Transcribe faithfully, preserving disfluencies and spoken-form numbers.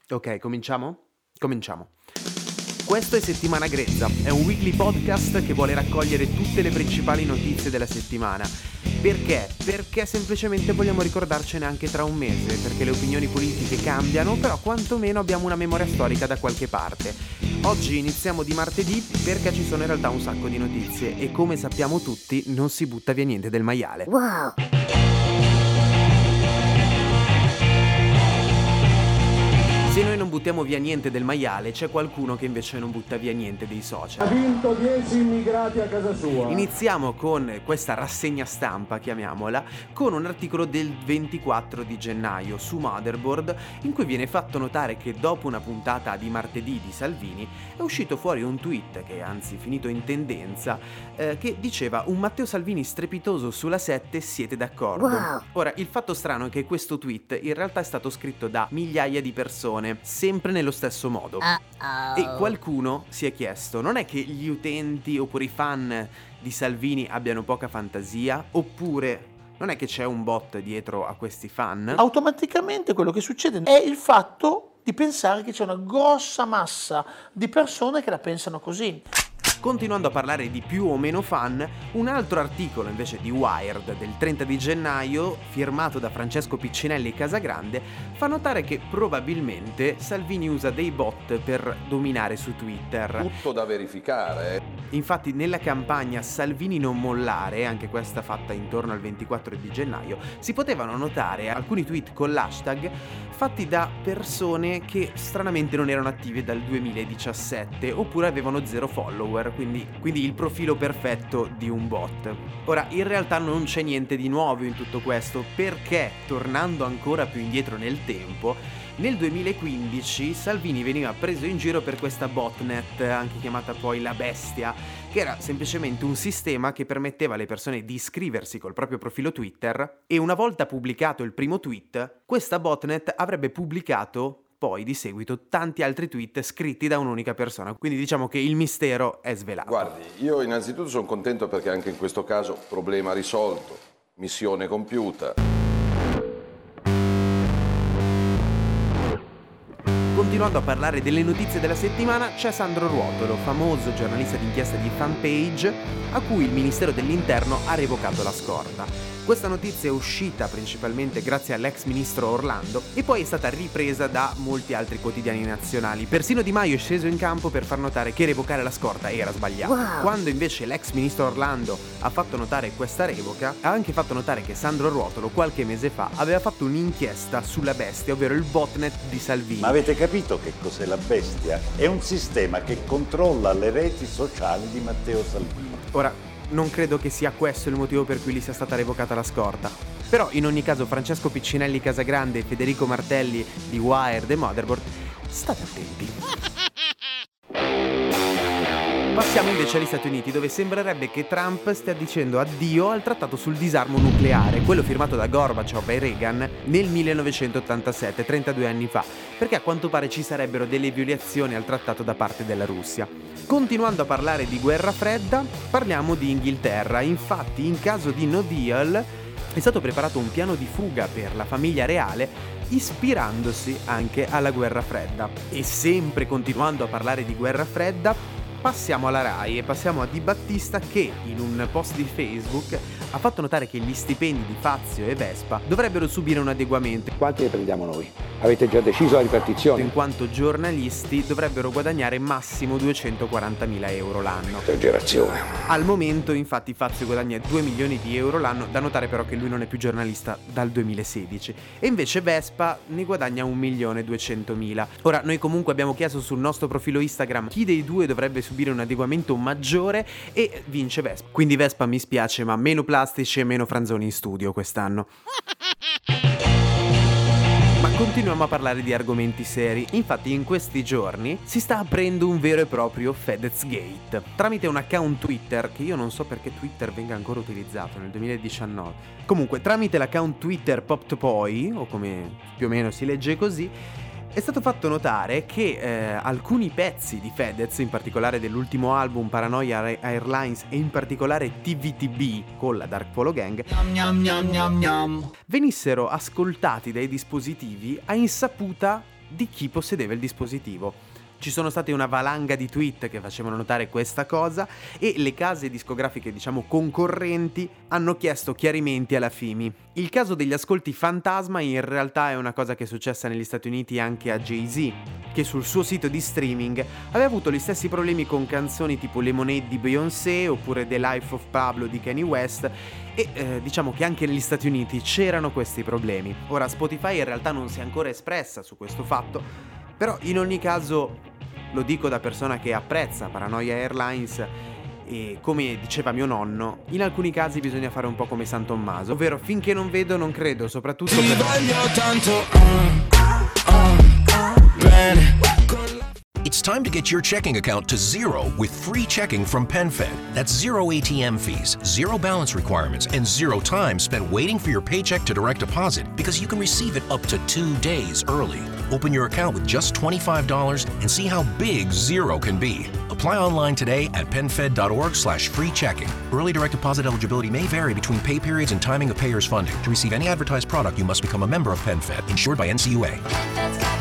Ok, cominciamo? Cominciamo. Questo è Settimana Grezza, è un weekly podcast che vuole raccogliere tutte le principali notizie della settimana. Perché? Perché semplicemente vogliamo ricordarcene anche tra un mese, perché le opinioni politiche cambiano, però quantomeno abbiamo una memoria storica da qualche parte. Oggi iniziamo di martedì perché ci sono in realtà un sacco di notizie e come sappiamo tutti non si butta via niente del maiale. Wow! Se noi non buttiamo via niente del maiale, c'è qualcuno che invece non butta via niente dei social. Ha vinto dieci immigrati a casa sua. Iniziamo con questa rassegna stampa, chiamiamola, con un articolo del ventiquattro di gennaio su Motherboard, in cui viene fatto notare che dopo una puntata di martedì di Salvini è uscito fuori un tweet, che è anzi finito in tendenza, eh, che diceva: un Matteo Salvini strepitoso sulla sette, siete d'accordo? Wow. Ora, il fatto strano è che questo tweet in realtà è stato scritto da migliaia di persone, sempre nello stesso modo. Uh-oh. E qualcuno si è chiesto: non è che gli utenti oppure i fan di Salvini abbiano poca fantasia? Oppure non è che c'è un bot dietro a questi fan? Automaticamente quello che succede è il fatto di pensare che c'è una grossa massa di persone che la pensano così. Continuando a parlare di più o meno fan, un altro articolo invece di Wired del trenta di gennaio, firmato da Francesco Piccinelli Casagrande, fa notare che probabilmente Salvini usa dei bot per dominare su Twitter. Tutto da verificare. Infatti nella campagna Salvini non mollare, anche questa fatta intorno al ventiquattro di gennaio, si potevano notare alcuni tweet con l'hashtag fatti da persone che stranamente non erano attive dal duemiladiciassette oppure avevano zero follower, quindi, quindi il profilo perfetto di un bot. Ora, in realtà non c'è niente di nuovo in tutto questo, perché tornando ancora più indietro nel tempo, nel duemilaquindici Salvini veniva preso in giro per questa botnet, anche chiamata poi la Bestia, che era semplicemente un sistema che permetteva alle persone di iscriversi col proprio profilo Twitter e una volta pubblicato il primo tweet, questa botnet avrebbe pubblicato poi di seguito tanti altri tweet scritti da un'unica persona. Quindi diciamo che il mistero è svelato. Guardi, io innanzitutto sono contento perché anche in questo caso problema risolto, missione compiuta. Continuando a parlare delle notizie della settimana, c'è Sandro Ruotolo, famoso giornalista d'inchiesta di Fanpage, a cui il Ministero dell'Interno ha revocato la scorta. Questa notizia è uscita principalmente grazie all'ex ministro Orlando e poi è stata ripresa da molti altri quotidiani nazionali. Persino Di Maio è sceso in campo per far notare che revocare la scorta era sbagliato. Wow. Quando invece l'ex ministro Orlando ha fatto notare questa revoca, ha anche fatto notare che Sandro Ruotolo qualche mese fa aveva fatto un'inchiesta sulla Bestia, ovvero il botnet di Salvini. Ma avete capito che cos'è la Bestia? È un sistema che controlla le reti sociali di Matteo Salvini. Ora, non credo che sia questo il motivo per cui gli sia stata revocata la scorta. Però in ogni caso Francesco Piccinelli Casagrande e Federico Martelli di Wired e Motherboard, state attenti. Passiamo invece agli Stati Uniti, dove sembrerebbe che Trump stia dicendo addio al trattato sul disarmo nucleare, quello firmato da Gorbaciov e Reagan nel millenovecentottantasette, trentadue anni fa, perché a quanto pare ci sarebbero delle violazioni al trattato da parte della Russia. Continuando a parlare di guerra fredda, parliamo di Inghilterra. Infatti, in caso di no deal, è stato preparato un piano di fuga per la famiglia reale, ispirandosi anche alla guerra fredda. E sempre continuando a parlare di guerra fredda, passiamo alla Rai e passiamo a Di Battista, che in un post di Facebook ha fatto notare che gli stipendi di Fazio e Vespa dovrebbero subire un adeguamento. Quanti ne prendiamo noi? Avete già deciso la ripartizione? In quanto giornalisti dovrebbero guadagnare massimo duecentoquarantamila euro l'anno. Esagerazione. Al momento infatti Fazio guadagna due milioni di euro l'anno, da notare però che lui non è più giornalista dal duemilasedici, e invece Vespa ne guadagna un milione duecentomila. Ora, noi comunque abbiamo chiesto sul nostro profilo Instagram chi dei due dovrebbe subire un adeguamento maggiore e vince Vespa. Quindi Vespa, mi spiace, ma meno plastici e meno franzoni in studio quest'anno. Ma continuiamo a parlare di argomenti seri. Infatti in questi giorni si sta aprendo un vero e proprio Fedez Gate tramite un account Twitter, che io non so perché Twitter venga ancora utilizzato nel duemiladiciannove. Comunque, tramite l'account Twitter PopTopoi, o come più o meno si legge così, è stato fatto notare che eh, alcuni pezzi di Fedez, in particolare dell'ultimo album Paranoia Airlines e in particolare T V T B con la Dark Polo Gang, venissero ascoltati dai dispositivi a insaputa di chi possedeva il dispositivo. Ci sono state una valanga di tweet che facevano notare questa cosa e le case discografiche, diciamo, concorrenti hanno chiesto chiarimenti alla F I M I. Il caso degli ascolti fantasma in realtà è una cosa che è successa negli Stati Uniti anche a Jay-Z, che sul suo sito di streaming aveva avuto gli stessi problemi con canzoni tipo Lemonade di Beyoncé oppure The Life of Pablo di Kanye West e eh, diciamo che anche negli Stati Uniti c'erano questi problemi. Ora Spotify in realtà non si è ancora espressa su questo fatto, però in ogni caso lo dico da persona che apprezza Paranoia Airlines e come diceva mio nonno, in alcuni casi bisogna fare un po' come San Tommaso, ovvero finché non vedo non credo, soprattutto per... It's time to get your checking account to zero with free checking from PenFed. That's zero A T M fees, zero balance requirements, and zero time spent waiting for your paycheck to direct deposit because you can receive it up to two days early. Open your account with just twenty-five dollars and see how big zero can be. Apply online today at penfed.org slash free checking. Early direct deposit eligibility may vary between pay periods and timing of payers' funding. To receive any advertised product, you must become a member of PenFed, insured by N C U A.